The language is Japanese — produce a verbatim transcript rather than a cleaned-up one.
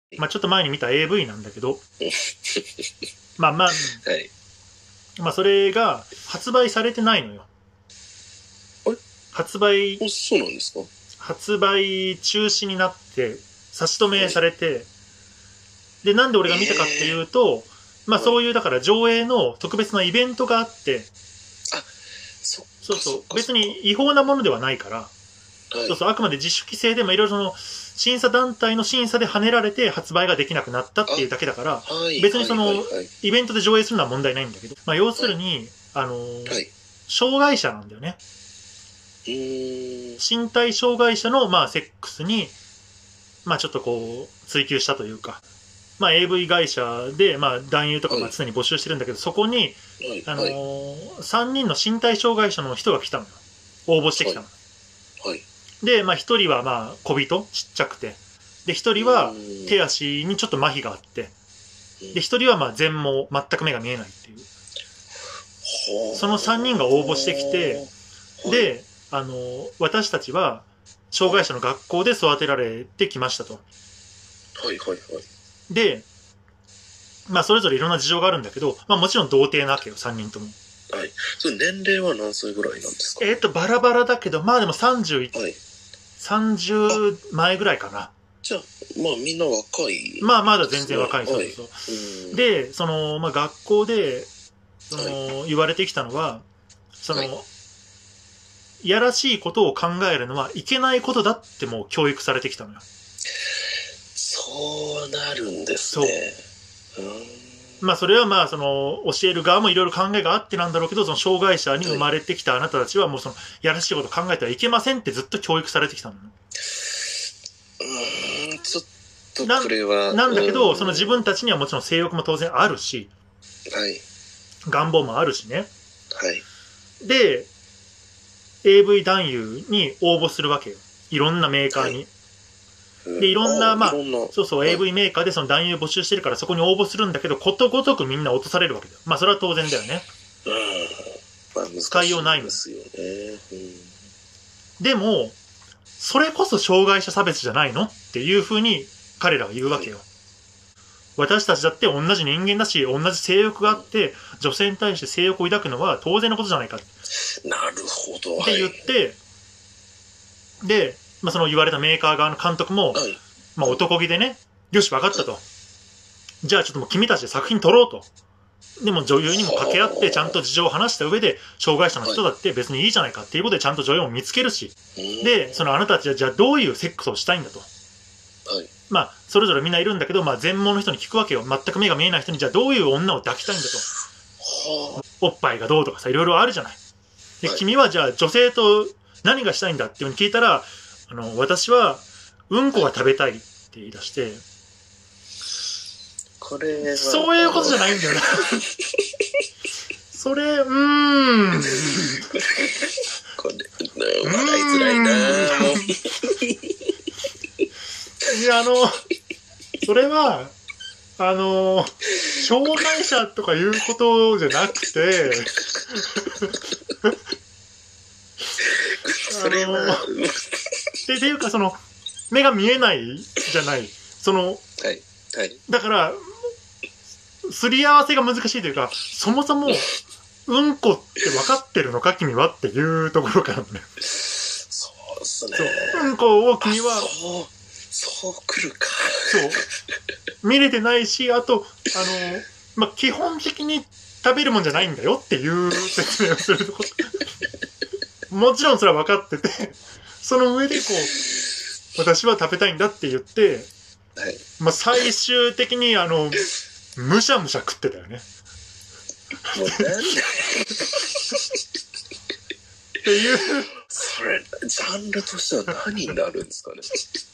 まあちょっと前に見た エーブイ なんだけど、まあまあ、 はい。 まあそれが発売されてないのよ。 あれ発売、 あ、そうなんですか？ 発売中止になって、差し止めされて、で、なんで俺が見たかっていうと、まあそういう、だから上映の特別なイベントがあって、 あ、そっかそうそう、 そっか別に違法なものではないから、 はい、 そうそう、あくまで自主規制でもいろいろその、審査団体の審査で跳ねられて発売ができなくなったっていうだけだから、 はい、 別にその、 はいはいはい、 イベントで上映するのは問題ないんだけど、まあ要するに、あのーはい、 障害者なんだよね。 うーん、 身体障害者の、まあ、セックスに、まあちょっとこう、追求したというか、まあ エーブイ 会社で、まあ男優とかまあ常に募集してるんだけど、そこに、 はい、 あのはい、 ー、さんにんの身体障害者の人が来たのよ。応募してきたの。 はい。 で、まあひとりはまあ小人、ちっちゃくて、で、ひとりは手足にちょっと麻痺があって、で、ひとりはまあ全盲、全く目が見えないっていう。そのさんにんが応募してきて、で、あの、私たちは、障害者の学校で育てられてきましたと。 はいはいはい。 で、まあそれぞれいろんな事情があるんだけど、まあもちろん童貞なわけよ、さんにんとも。 はい。それ年齢は何歳ぐらいなんですか？ えっと、バラバラだけど、まあでもさんじゅう、 はい。 さんじゅう前ぐらいかな。 じゃあ、まあみんな若い。 まあまだ全然若い人はいですよ。 うんで、その、まあ学校で、その、 は言われてきたのは、その、 はいいやらしいことを考えるのはいけないことだってもう教育されてきたのよ。 そうなるんですね。そう。うんまあそれはまあその教える側もいろいろ考えがあってなんだろうけど、その障害者に生まれてきたあなたたちはもうそのやらしいこと考えてはいけませんってずっと教育されてきたのよ。 うーん、ちょっとこれは。 な、なんだけど、 うんその自分たちにはもちろん性欲も当然あるし、 はい。 願望もあるしね。 はい。 で、エーブイ 男優に応募するわけよ。いろんなメーカーに。はいで、いろんな、まあ、そうそう、エーブイ メーカーでその男優募集してるからそこに応募するんだけど、ことごとくみんな落とされるわけだよ。まあ、それは当然だよね。 うん。まあ、難しい使いようないんですよね。 うん、でも、それこそ障害者差別じゃないのっていうふうに彼らが言うわけよ。はい、私たちだって同じ人間だし、同じ性欲があって、女性に対して性欲を抱くのは当然のことじゃないか。 なるほど。 って言って、はい、で、まあ、その言われたメーカー側の監督も、はい、まあ男気でね、よし分かったと。じゃあちょっともう君たちで作品撮ろうと。でも女優にも掛け合ってちゃんと事情を話した上で、障害者の人だって別にいいじゃないかっていうことでちゃんと女優も見つけるし、で、そのあなたたちはじゃあどういうセックスをしたいんだと。はい、まあ、それぞれみんないるんだけど、まあ全盲の人に聞くわけよ。全く目が見えない人にじゃあどういう女を抱きたいんだと。おっぱいがどうとかさ、いろいろあるじゃない。で、君はじゃあ女性と何がしたいんだっていうふうに聞いたら、あの、私は、うんこが食べたいって言い出して、 これはそういうことじゃないんだよな。それ、うーん。 これ、笑いづらいな。 いや、あの、それは、あの、障害者とかいうことじゃなくて、 それは、 っていうか、その、目が見えないじゃない。その、はいはい、 だから、すり合わせが難しいというか、そもそも、うんこって分かってるのか君はっていうところからね。 そうですね。 そう。うんこを君は、 そう、そう来るか。 そう。見れてないし、あと、あの、まあ、基本的に食べるもんじゃないんだよっていう説明をするところ。もちろんそれは分かってて、その上でこう、私は食べたいんだって言って、はい、まあ最終的にあの、むしゃむしゃ食ってたよね。 もうなんだっていう。 それ、ジャンルとしては何になるんですかね。